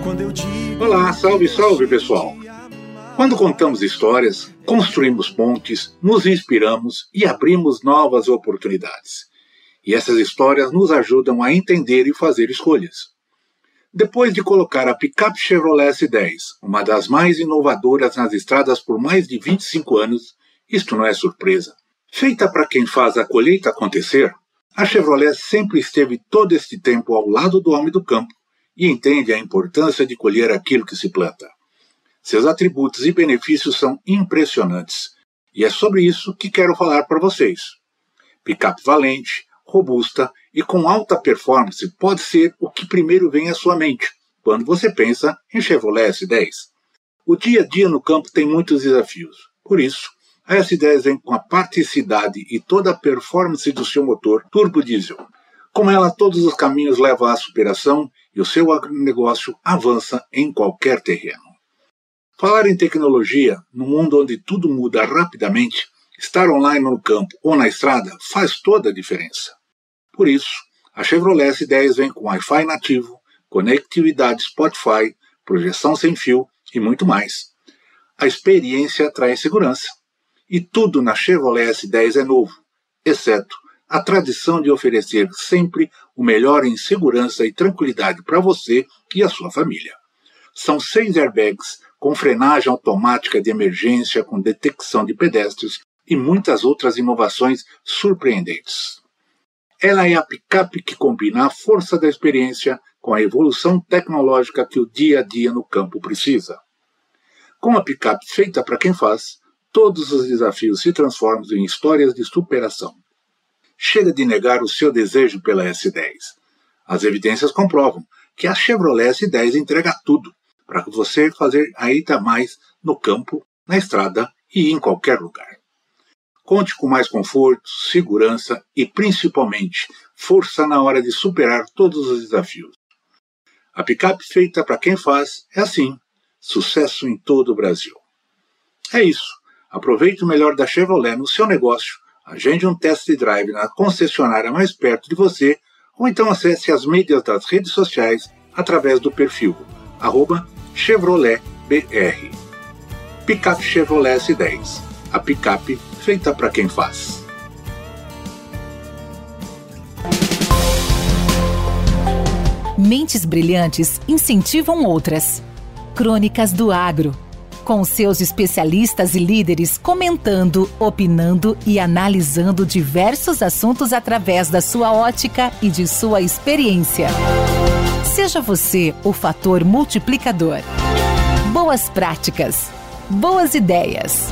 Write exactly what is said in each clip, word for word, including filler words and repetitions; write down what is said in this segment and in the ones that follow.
Olá, salve, salve pessoal! Quando contamos histórias, construímos pontes, nos inspiramos e abrimos novas oportunidades. E essas histórias nos ajudam a entender e fazer escolhas. Depois de colocar a picape Chevrolet S dez, uma das mais inovadoras nas estradas por mais de vinte e cinco anos, isto não é surpresa. Feita para quem faz a colheita acontecer, a Chevrolet sempre esteve todo este tempo ao lado do homem do campo e entende a importância de colher aquilo que se planta. Seus atributos e benefícios são impressionantes, e é sobre isso que quero falar para vocês. Picape valente, robusta e com alta performance pode ser o que primeiro vem à sua mente quando você pensa em Chevrolet S dez. O dia a dia no campo tem muitos desafios, por isso, a S dez vem com a praticidade e toda a performance do seu motor turbo diesel. Com ela, todos os caminhos levam à superação e o seu agronegócio avança em qualquer terreno. Falar em tecnologia, no mundo onde tudo muda rapidamente, estar online no campo ou na estrada faz toda a diferença. Por isso, a Chevrolet S dez vem com Wi-Fi nativo, conectividade Spotify, projeção sem fio e muito mais. A experiência traz segurança. E tudo na Chevrolet S dez é novo, exceto a tradição de oferecer sempre o melhor em segurança e tranquilidade para você e a sua família. São seis airbags com frenagem automática de emergência com detecção de pedestres e muitas outras inovações surpreendentes. Ela é a picape que combina a força da experiência com a evolução tecnológica que o dia a dia no campo precisa. Com a picape feita para quem faz, todos os desafios se transformam em histórias de superação. Chega de negar o seu desejo pela S dez. As evidências comprovam que a Chevrolet S dez entrega tudo para você fazer ainda mais no campo, na estrada e em qualquer lugar. Conte com mais conforto, segurança e, principalmente, força na hora de superar todos os desafios. A picape feita para quem faz é assim, sucesso em todo o Brasil. É isso. Aproveite o melhor da Chevrolet no seu negócio, agende um test drive na concessionária mais perto de você ou então acesse as mídias das redes sociais através do perfil arroba Chevrolet B R. Picape Chevrolet S dez, a picape feita para quem faz. Mentes brilhantes incentivam outras. Crônicas do Agro. Com seus especialistas e líderes comentando, opinando e analisando diversos assuntos através da sua ótica e de sua experiência. Seja você o fator multiplicador. Boas práticas, boas ideias.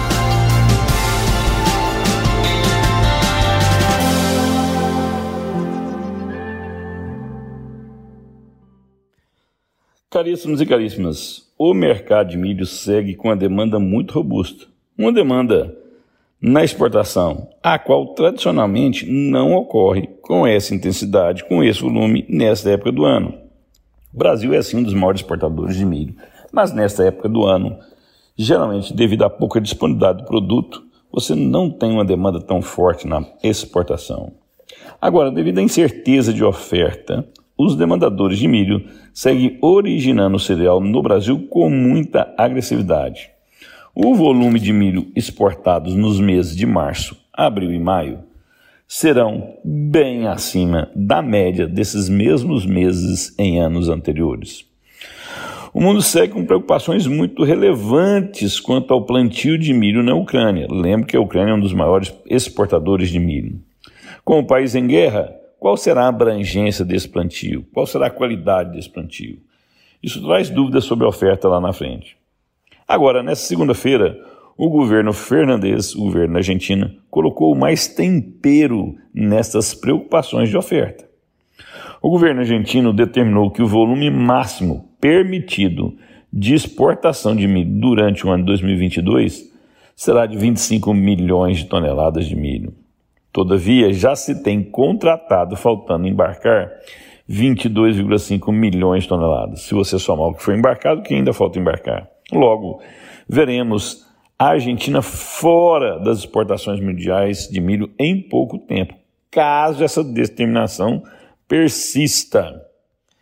Caríssimos e caríssimas, o mercado de milho segue com uma demanda muito robusta. Uma demanda na exportação, a qual tradicionalmente não ocorre com essa intensidade, com esse volume, nesta época do ano. O Brasil é, assim, um dos maiores exportadores de milho, mas nesta época do ano, geralmente, devido à pouca disponibilidade do produto, você não tem uma demanda tão forte na exportação. Agora, devido à incerteza de oferta, os demandadores de milho seguem originando o cereal no Brasil com muita agressividade. O volume de milho exportados nos meses de março, abril e maio serão bem acima da média desses mesmos meses em anos anteriores. O mundo segue com preocupações muito relevantes quanto ao plantio de milho na Ucrânia. Lembre que a Ucrânia é um dos maiores exportadores de milho. Com o país em guerra, qual será a abrangência desse plantio? Qual será a qualidade desse plantio? Isso traz dúvidas sobre a oferta lá na frente. Agora, nessa segunda-feira, o governo Fernandes, o governo da Argentina, colocou mais tempero nessas preocupações de oferta. O governo argentino determinou que o volume máximo permitido de exportação de milho durante o ano de dois mil e vinte e dois será de vinte e cinco milhões de toneladas de milho. Todavia, já se tem contratado, faltando embarcar, vinte e dois vírgula cinco milhões de toneladas. Se você somar o que foi embarcado, o que ainda falta embarcar. Logo, veremos a Argentina fora das exportações mundiais de milho em pouco tempo, caso essa determinação persista.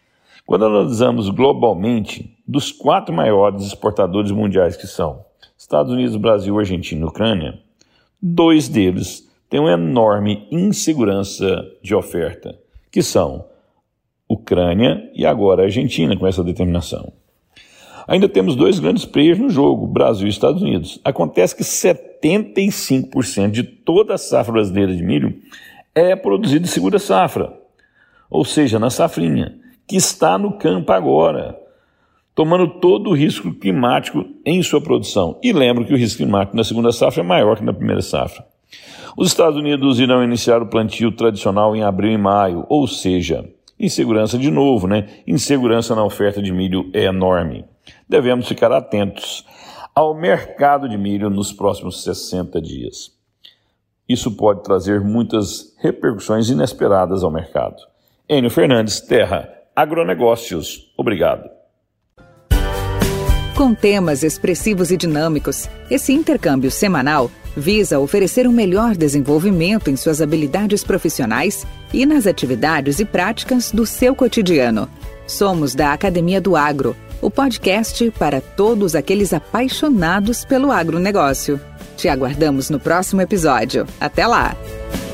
Quando analisamos globalmente, dos quatro maiores exportadores mundiais que são Estados Unidos, Brasil, Argentina e Ucrânia, dois deles têm uma enorme insegurança de oferta, que são Ucrânia e agora a Argentina com essa determinação. Ainda temos dois grandes players no jogo, Brasil e Estados Unidos. Acontece que setenta e cinco por cento de toda a safra brasileira de milho é produzida em segura safra, ou seja, na safrinha, que está no campo agora, tomando todo o risco climático em sua produção. E lembro que o risco climático na segunda safra é maior que na primeira safra. Os Estados Unidos irão iniciar o plantio tradicional em abril e maio, ou seja, insegurança de novo, né? Insegurança na oferta de milho é enorme. Devemos ficar atentos ao mercado de milho nos próximos sessenta dias. Isso pode trazer muitas repercussões inesperadas ao mercado. Enio Fernandes, Terra Agronegócios. Obrigado. Com temas expressivos e dinâmicos, esse intercâmbio semanal visa oferecer um melhor desenvolvimento em suas habilidades profissionais e nas atividades e práticas do seu cotidiano. Somos da Academia do Agro, o podcast para todos aqueles apaixonados pelo agronegócio. Te aguardamos no próximo episódio. Até lá!